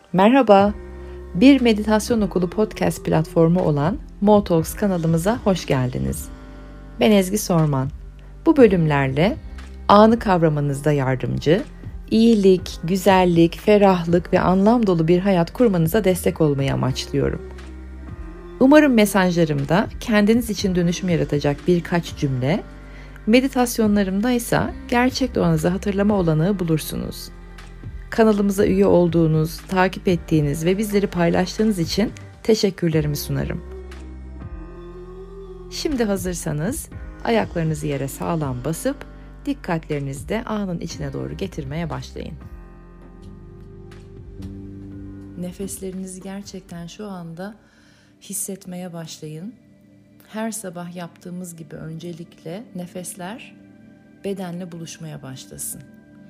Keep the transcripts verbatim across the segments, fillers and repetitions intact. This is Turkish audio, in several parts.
Merhaba, bir meditasyon okulu podcast platformu olan Motalks kanalımıza hoş geldiniz. Ben Ezgi Sorman. Bu bölümlerle anı kavramanızda yardımcı, iyilik, güzellik, ferahlık ve anlam dolu bir hayat kurmanıza destek olmayı amaçlıyorum. Umarım mesajlarımda kendiniz için dönüşüm yaratacak birkaç cümle, meditasyonlarımda ise gerçek doğanızı hatırlama olanağı bulursunuz. Kanalımıza üye olduğunuz, takip ettiğiniz ve bizleri paylaştığınız için teşekkürlerimi sunarım. Şimdi hazırsanız ayaklarınızı yere sağlam basıp dikkatlerinizi de anın içine doğru getirmeye başlayın. Nefeslerinizi gerçekten şu anda hissetmeye başlayın. Her sabah yaptığımız gibi öncelikle nefesler bedenle buluşmaya başlasın.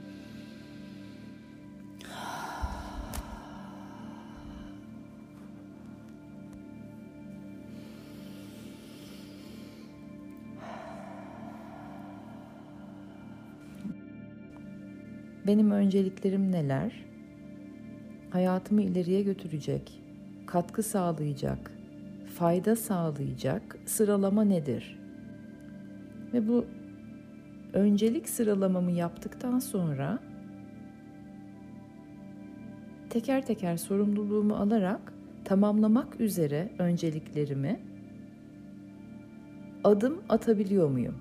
Benim önceliklerim neler? Hayatımı ileriye götürecek, katkı sağlayacak, fayda sağlayacak sıralama nedir? Ve bu öncelik sıralamamı yaptıktan sonra teker teker sorumluluğumu alarak tamamlamak üzere önceliklerimi adım atabiliyor muyum?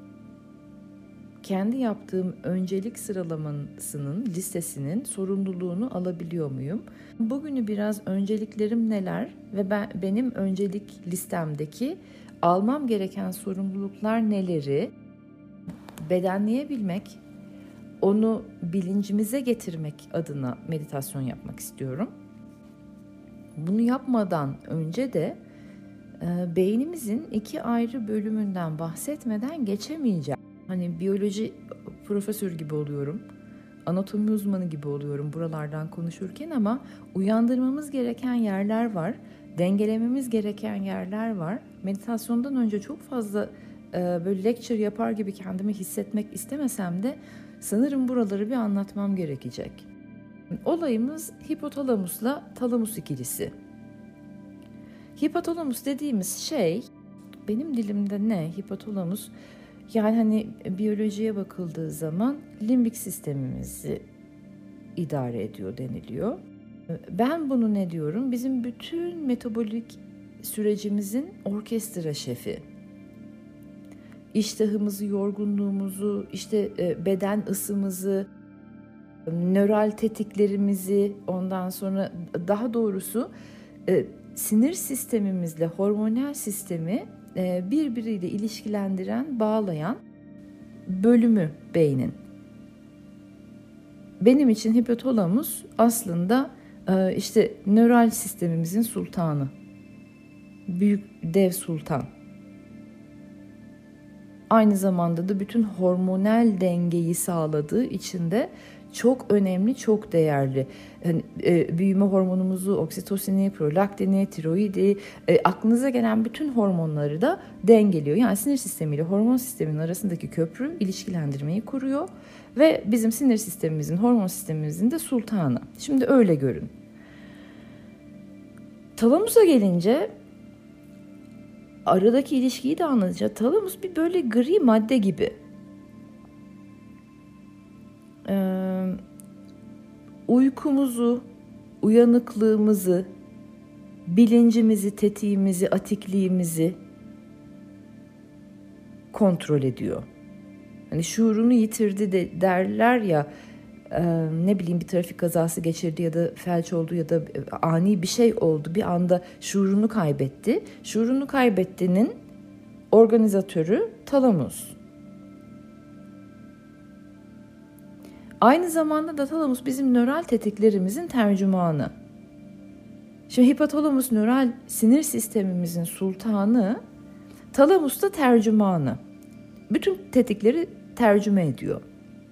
Kendi yaptığım öncelik sıralamasının listesinin sorumluluğunu alabiliyor muyum? Bugünü biraz önceliklerim neler ve ben, benim öncelik listemdeki almam gereken sorumluluklar neleri bedenleyebilmek, onu bilincimize getirmek adına meditasyon yapmak istiyorum. Bunu yapmadan önce de e, beynimizin iki ayrı bölümünden bahsetmeden geçemeyeceğim. Hani biyoloji profesörü gibi oluyorum, anatomi uzmanı gibi oluyorum buralardan konuşurken ama uyandırmamız gereken yerler var, dengelememiz gereken yerler var. Meditasyondan önce çok fazla e, böyle lecture yapar gibi kendimi hissetmek istemesem de sanırım buraları bir anlatmam gerekecek. Olayımız hipotalamusla talamus ikilisi. Hipotalamus dediğimiz şey, benim dilimde ne? Hipotalamus, yani hani biyolojiye bakıldığı zaman limbik sistemimizi idare ediyor deniliyor. Ben bunu ne diyorum? Bizim bütün metabolik sürecimizin orkestra şefi. İştahımızı, yorgunluğumuzu, işte beden ısımızı, nöral tetiklerimizi, ondan sonra daha doğrusu sinir sistemimizle hormonal sistemi birbiriyle ilişkilendiren, bağlayan bölümü beynin. Benim için hipotalamus aslında işte nöral sistemimizin sultanı. Büyük dev sultan. Aynı zamanda da bütün hormonal dengeyi sağladığı için de çok önemli, çok değerli. Yani, e, büyüme hormonumuzu, oksitosini, prolaktini, tiroidi, e, aklınıza gelen bütün hormonları da dengeliyor. Yani sinir sistemiyle hormon sisteminin arasındaki köprü ilişkilendirmeyi kuruyor ve bizim sinir sistemimizin, hormon sistemimizin de sultanı. Şimdi öyle görün. Talamusa gelince aradaki ilişkiyi de anlatacağım. Talamus bir böyle gri madde gibi. Ee, uykumuzu, uyanıklığımızı, bilincimizi, tetiğimizi, atikliğimizi kontrol ediyor. Hani şuurunu yitirdi de derler ya, e, ne bileyim bir trafik kazası geçirdi ya da felç oldu ya da ani bir şey oldu. Bir anda şuurunu kaybetti. Şuurunu kaybettiğinin organizatörü talamus. Aynı zamanda da talamus bizim nöral tetiklerimizin tercümanı. Şimdi hipotalamus nöral sinir sistemimizin sultanı, talamus da tercümanı. Bütün tetikleri tercüme ediyor.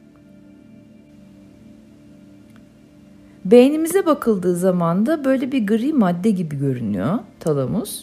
Beynimize bakıldığı zaman da böyle bir gri madde gibi görünüyor talamus.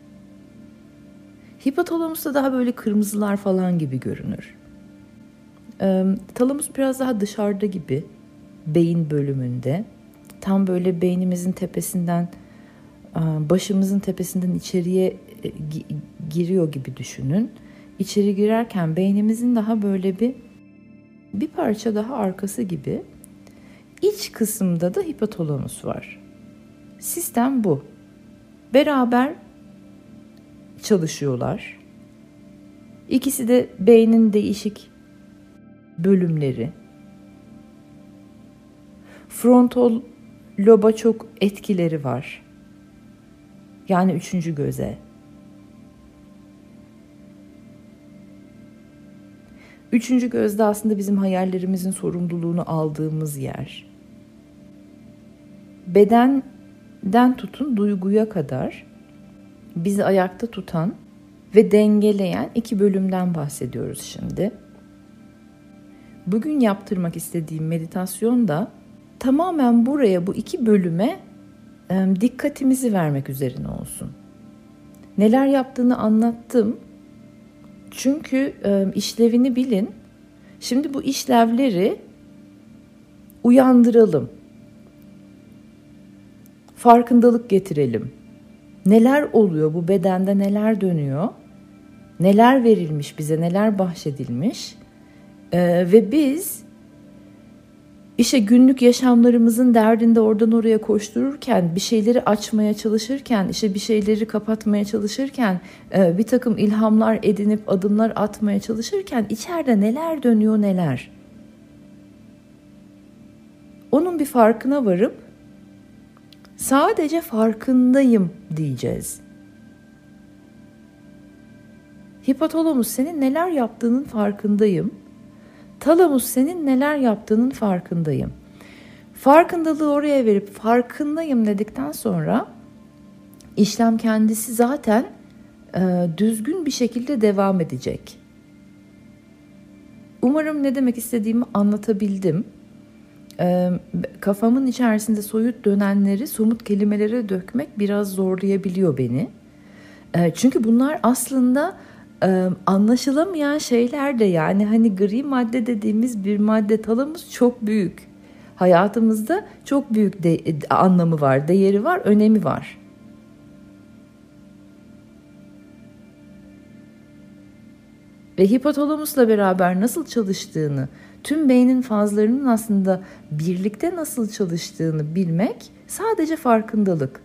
Hipotalamus da daha böyle kırmızılar falan gibi görünür. Ee, talamus biraz daha dışarıda gibi, beyin bölümünde. tam böyle beynimizin tepesinden, başımızın tepesinden içeriye giriyor gibi düşünün. İçeri girerken beynimizin daha böyle bir bir parça daha arkası gibi iç kısımda da hipotalamus var. Sistem bu. Beraber çalışıyorlar. İkisi de beynin değişik bölümleri. Frontal loba çok etkileri var. Yani üçüncü göze. Üçüncü gözde aslında bizim hayallerimizin sorumluluğunu aldığımız yer. Bedenden tutun duyguya kadar bizi ayakta tutan ve dengeleyen iki bölümden bahsediyoruz şimdi. Bugün yaptırmak istediğim meditasyon da tamamen buraya, bu iki bölüme e, dikkatimizi vermek üzerine olsun. Neler yaptığını anlattım. Çünkü e, işlevini bilin. Şimdi bu işlevleri uyandıralım. Farkındalık getirelim. Neler oluyor bu bedende, neler dönüyor? Neler verilmiş bize, neler bahşedilmiş? Ee, ve biz işte günlük yaşamlarımızın derdinde oradan oraya koştururken, bir şeyleri açmaya çalışırken, işte bir şeyleri kapatmaya çalışırken, e, bir takım ilhamlar edinip adımlar atmaya çalışırken içeride neler dönüyor neler? Onun bir farkına varıp sadece farkındayım diyeceğiz. Hipotalamus senin neler yaptığının farkındayım. Talamus senin neler yaptığının farkındayım. Farkındalığı oraya verip farkındayım dedikten sonra işlem kendisi zaten e, düzgün bir şekilde devam edecek. Umarım ne demek istediğimi anlatabildim. E, kafamın içerisinde soyut dönenleri somut kelimelere dökmek biraz zorlayabiliyor beni. E, çünkü bunlar aslında Ee, anlaşılamayan şeyler de, yani hani gri madde dediğimiz bir madde, talamus çok büyük. Hayatımızda çok büyük de, anlamı var, değeri var, önemi var. Ve hipotalamusla beraber nasıl çalıştığını, tüm beynin fazlarının aslında birlikte nasıl çalıştığını bilmek sadece farkındalık.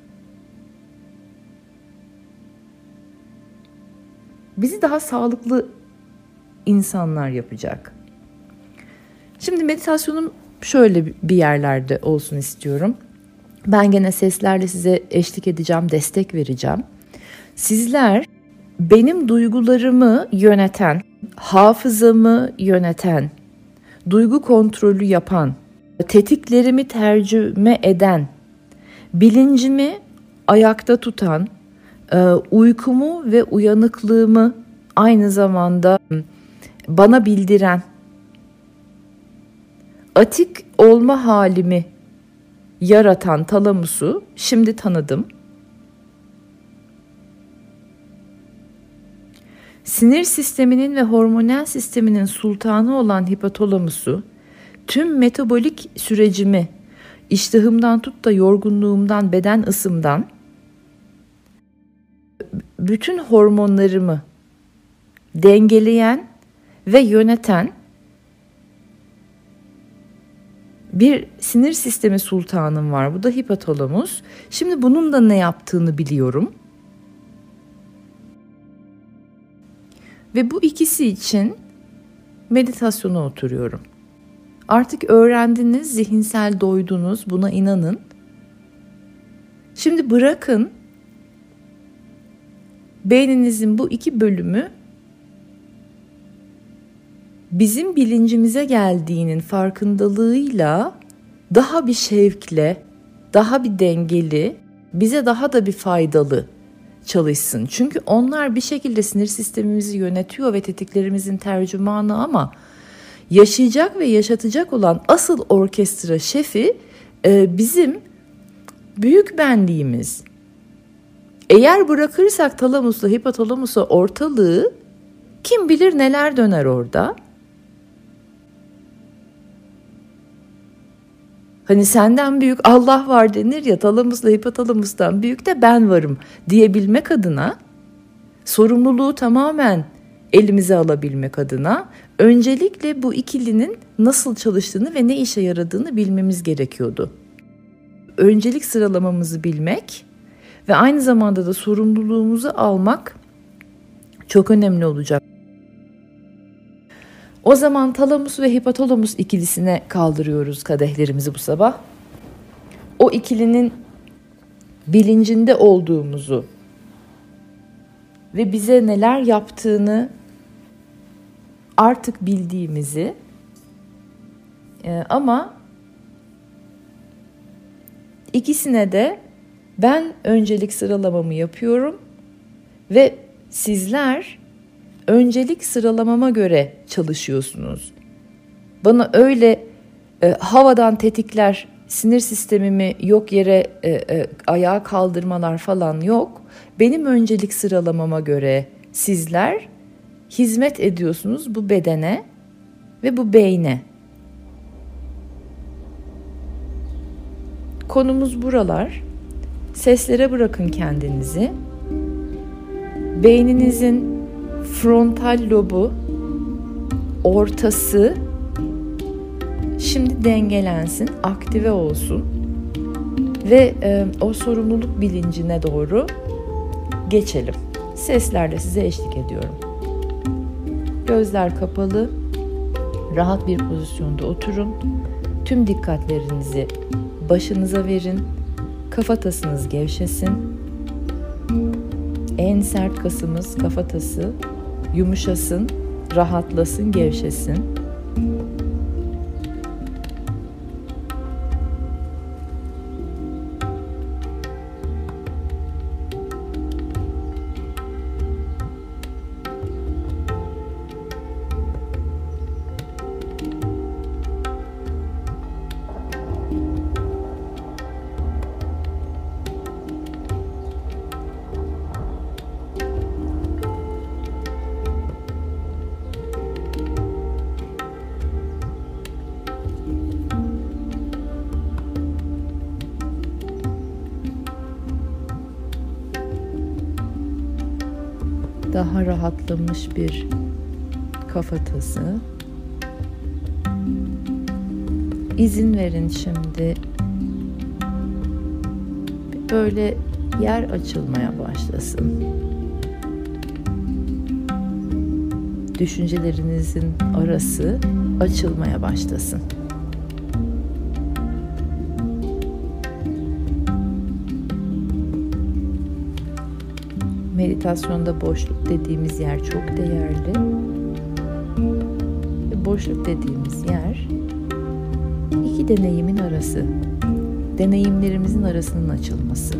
Bizi daha sağlıklı insanlar yapacak. Şimdi meditasyonum şöyle bir yerlerde olsun istiyorum. Ben gene seslerle size eşlik edeceğim, destek vereceğim. Sizler benim duygularımı yöneten, hafızamı yöneten, duygu kontrolü yapan, tetiklerimi tercüme eden, bilincimi ayakta tutan, uykumu ve uyanıklığımı aynı zamanda bana bildiren, atik olma halimi yaratan talamusu şimdi tanıdım. Sinir sisteminin ve hormonal sisteminin sultanı olan hipotalamusu, tüm metabolik sürecimi, iştahımdan tut da yorgunluğumdan, beden ısımdan, bütün hormonlarımı dengeleyen ve yöneten bir sinir sistemi sultanım var. Bu da hipotalamus. Şimdi bunun da ne yaptığını biliyorum. Ve bu ikisi için meditasyona oturuyorum. Artık öğrendiniz, zihinsel doydunuz, buna inanın. Şimdi bırakın beyninizin bu iki bölümü bizim bilincimize geldiğinin farkındalığıyla daha bir şevkle, daha bir dengeli, bize daha da bir faydalı çalışsın. Çünkü onlar bir şekilde sinir sistemimizi yönetiyor ve tetiklerimizin tercümanı, ama yaşayacak ve yaşatacak olan asıl orkestra şefi e, bizim büyük benliğimiz. Eğer bırakırsak talamusla hipotalamusa ortalığı, kim bilir neler döner orada. Hani senden büyük Allah var denir ya, talamusla hipotalamustan büyük de ben varım diyebilmek adına, sorumluluğu tamamen elimize alabilmek adına öncelikle bu ikilinin nasıl çalıştığını ve ne işe yaradığını bilmemiz gerekiyordu. Öncelik sıralamamızı bilmek ve aynı zamanda da sorumluluğumuzu almak çok önemli olacak. O zaman talamus ve hipotalamus ikilisine kaldırıyoruz kadehlerimizi bu sabah. O ikilinin bilincinde olduğumuzu ve bize neler yaptığını artık bildiğimizi e, ama ikisine de ben öncelik sıralamamı yapıyorum ve sizler öncelik sıralamama göre çalışıyorsunuz. Bana öyle e, havadan tetikler, sinir sistemimi yok yere e, e, ayağa kaldırmalar falan yok. Benim öncelik sıralamama göre sizler hizmet ediyorsunuz bu bedene ve bu beyne. Konumuz buralar. Seslere bırakın kendinizi. Beyninizin frontal lobu, ortası şimdi dengelensin, aktive olsun ve e, o sorumluluk bilincine doğru geçelim. Seslerle size eşlik ediyorum. Gözler kapalı, rahat bir pozisyonda oturun. Tüm dikkatlerinizi başınıza verin. Kafatasınız gevşesin. En sert kasımız kafatası yumuşasın, rahatlasın, gevşesin. Daha rahatlamış bir kafatası. İzin verin şimdi. Böyle yer açılmaya başlasın. Düşüncelerinizin arası açılmaya başlasın. Meditasyonda boşluk dediğimiz yer çok değerli. Boşluk dediğimiz yer iki deneyimin arası, deneyimlerimizin arasının açılması.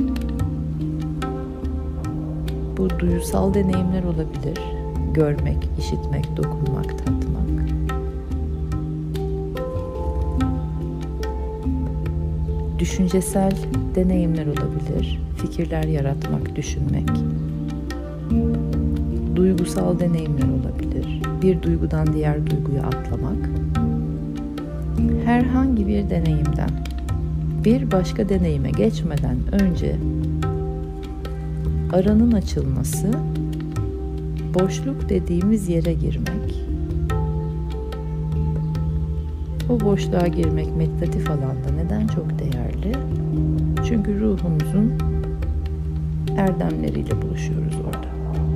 Bu duyusal deneyimler olabilir. Görmek, işitmek, dokunmak, tatmak. Düşüncesel deneyimler olabilir. Fikirler yaratmak, düşünmek. Duygusal deneyimler olabilir. Bir duygudan diğer duyguya atlamak. Herhangi bir deneyimden bir başka deneyime geçmeden önce aranın açılması, boşluk dediğimiz yere girmek. O boşluğa girmek meditatif alanda neden çok değerli? Çünkü ruhumuzun erdemleriyle buluşuyoruz orada.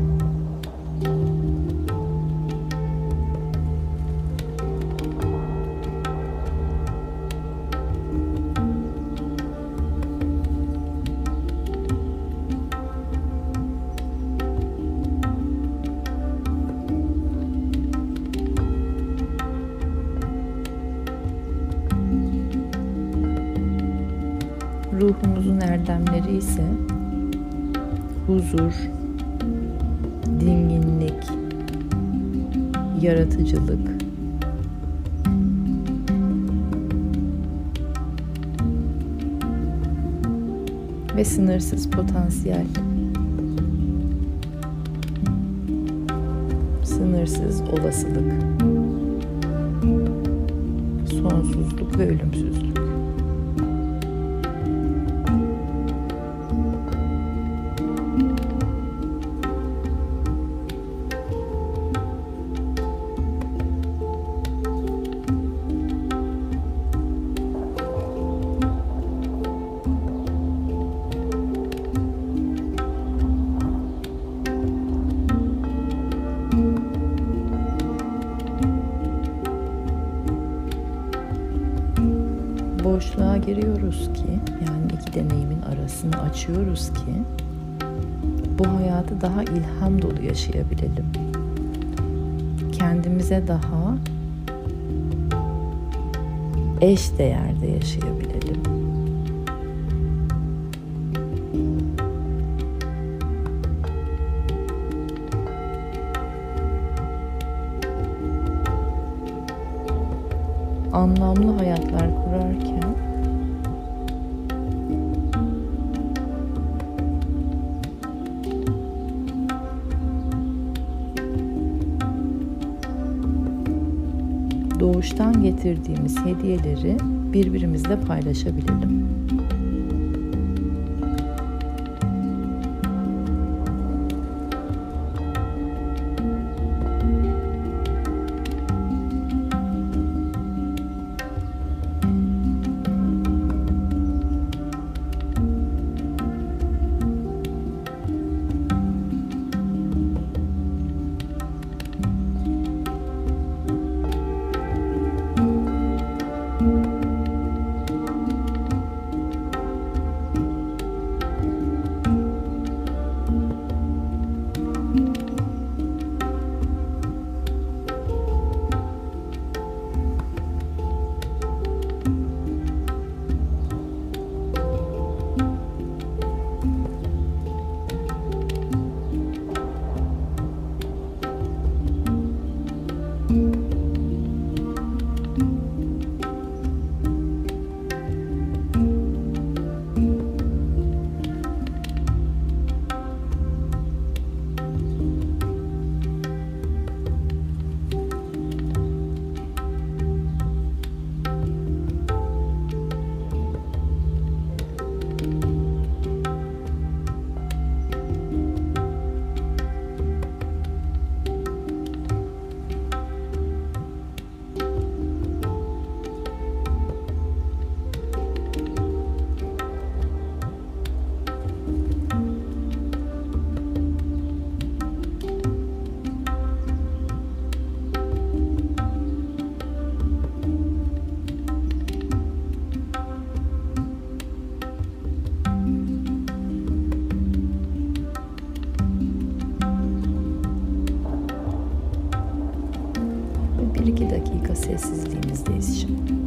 Ruhumuzun erdemleri ise huzur, dinginlik, yaratıcılık, ve sınırsız potansiyel, sınırsız olasılık, sonsuzluk ve ölümsüzlük. boşluğa giriyoruz ki, yani iki deneyimin arasını açıyoruz ki bu hayatı daha ilham dolu yaşayabilelim. Kendimize daha eş değerde yaşayabilelim. Anlamlı hayatlar kurarken doğuştan getirdiğimiz hediyeleri birbirimizle paylaşabilelim. Bir iki dakika sessizliğimizdeyiz şimdi.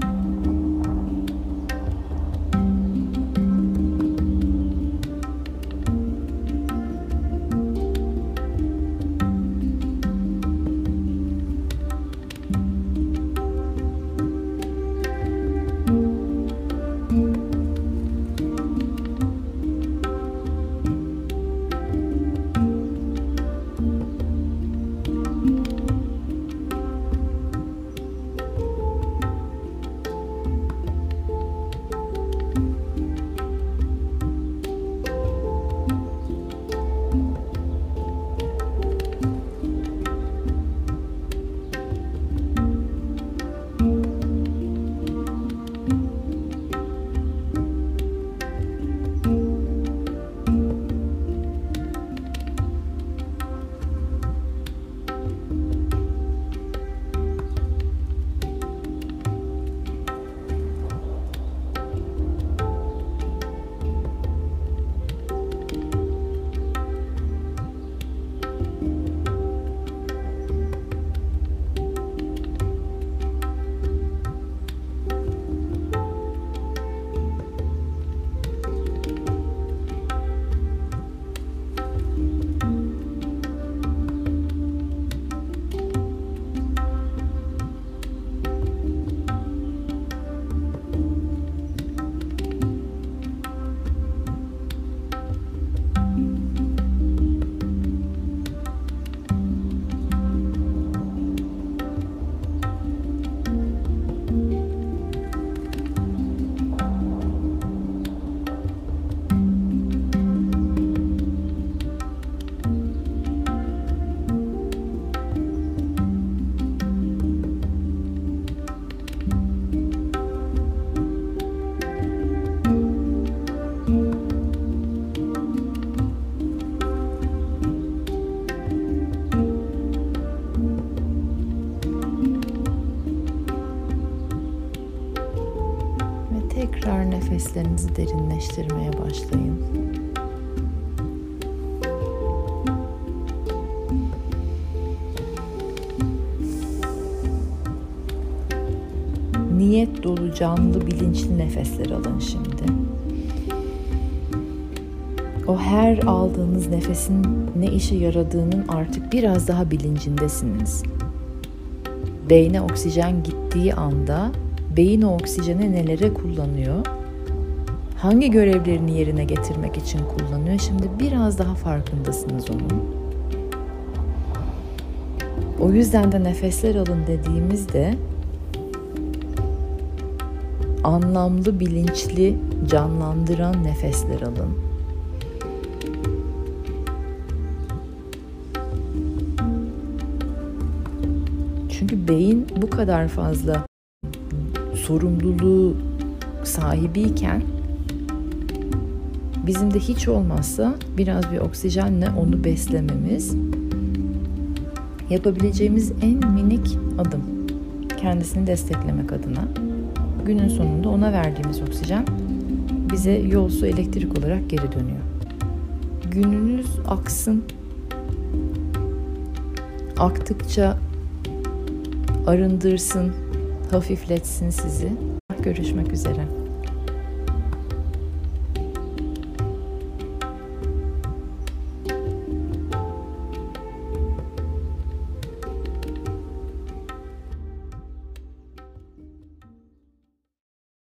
nefeslerinizi derinleştirmeye başlayın. Niyet dolu, canlı, bilinçli nefesler alın şimdi. O her aldığınız nefesin ne işe yaradığının artık biraz daha bilincindesiniz. Beyne oksijen gittiği anda beyin o oksijeni nelere kullanıyor? Hangi görevlerini yerine getirmek için kullanıyor? Şimdi biraz daha farkındasınız onun. O yüzden de nefesler alın dediğimizde anlamlı, bilinçli, canlandıran nefesler alın. Çünkü beyin bu kadar fazla sorumluluğu sahibiyken bizim de hiç olmazsa biraz bir oksijenle onu beslememiz yapabileceğimiz en minik adım. Kendisini desteklemek adına. Günün sonunda ona verdiğimiz oksijen bize yol, su, elektrik olarak geri dönüyor. Gününüz aksın. Aktıkça arındırsın, hafifletsin sizi. Görüşmek üzere.